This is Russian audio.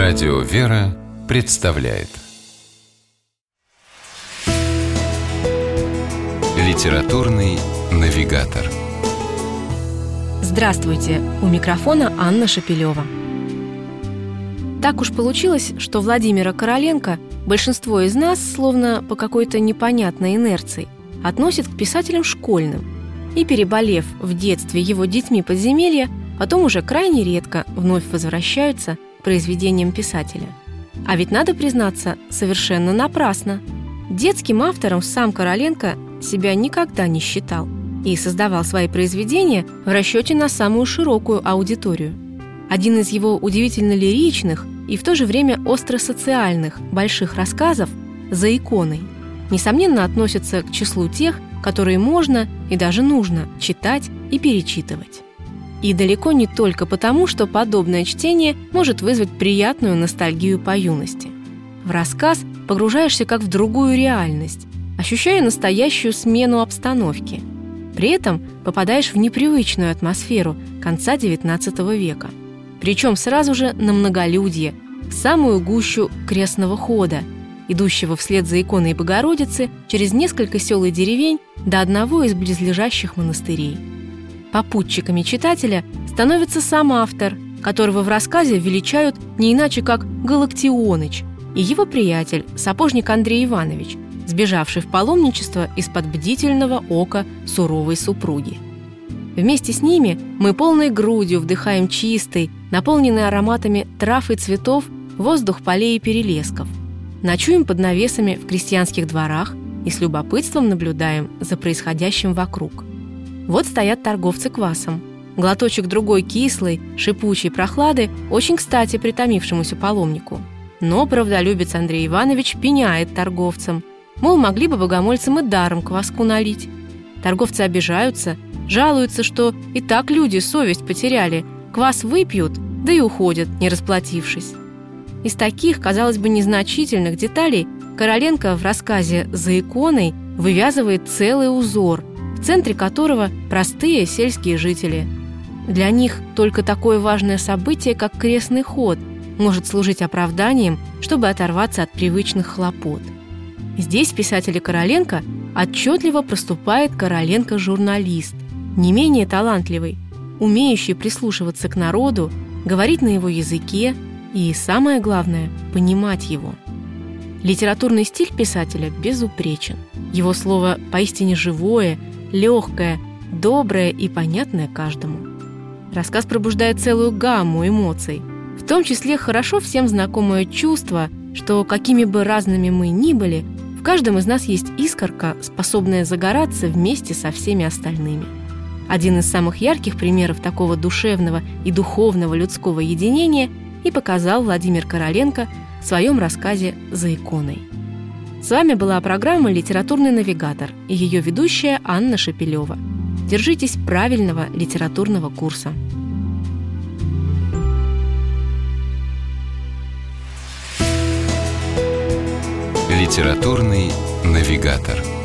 Радио «Вера» представляет Литературный навигатор. Здравствуйте! У микрофона Анна Шапилева. Так уж получилось, что Владимира Короленко большинство из нас, словно по какой-то непонятной инерции, относит к писателям школьным. И, переболев в детстве его детьми подземелья, потом уже крайне редко вновь возвращаются к произведениям писателя. А ведь, надо признаться, совершенно напрасно. Детским автором сам Короленко себя никогда не считал и создавал свои произведения в расчете на самую широкую аудиторию. Один из его удивительно лиричных и в то же время остро-социальных больших рассказов «За иконой» несомненно относится к числу тех, которые можно и даже нужно читать и перечитывать. И далеко не только потому, что подобное чтение может вызвать приятную ностальгию по юности. В рассказ погружаешься как в другую реальность, ощущая настоящую смену обстановки. При этом попадаешь в непривычную атмосферу конца XIX века. Причем сразу же на многолюдье, в самую гущу крестного хода, идущего вслед за иконой Богородицы через несколько сел и деревень до одного из близлежащих монастырей. Попутчиками читателя становится сам автор, которого в рассказе величают не иначе как Галактионыч, и его приятель, сапожник Андрей Иванович, сбежавший в паломничество из-под бдительного ока суровой супруги. Вместе с ними мы полной грудью вдыхаем чистый, наполненный ароматами трав и цветов, воздух полей и перелесков. Ночуем под навесами в крестьянских дворах и с любопытством наблюдаем за происходящим вокруг. Вот стоят торговцы квасом. Глоточек другой кислой, шипучей прохлады очень кстати притомившемуся паломнику. Но правдолюбец Андрей Иванович пеняет торговцам, мол, могли бы богомольцам и даром кваску налить. Торговцы обижаются, жалуются, что и так люди совесть потеряли, квас выпьют, да и уходят, не расплатившись. Из таких, казалось бы, незначительных деталей Короленко в рассказе «За иконой» вывязывает целый узор, в центре которого простые сельские жители. Для них только такое важное событие, как крестный ход, может служить оправданием, чтобы оторваться от привычных хлопот. Здесь в писателе Короленко отчетливо проступает Короленко-журналист, не менее талантливый, умеющий прислушиваться к народу, говорить на его языке и, самое главное, понимать его. Литературный стиль писателя безупречен. Его слово поистине живое, легкое, доброе и понятное каждому. Рассказ пробуждает целую гамму эмоций, в том числе хорошо всем знакомое чувство, что какими бы разными мы ни были, в каждом из нас есть искорка, способная загораться вместе со всеми остальными. Один из самых ярких примеров такого душевного и духовного людского единения и показал Владимир Короленко в своем рассказе «За иконой». С вами была программа «Литературный навигатор» и ее ведущая Анна Шапилева. Держитесь правильного литературного курса. Литературный навигатор.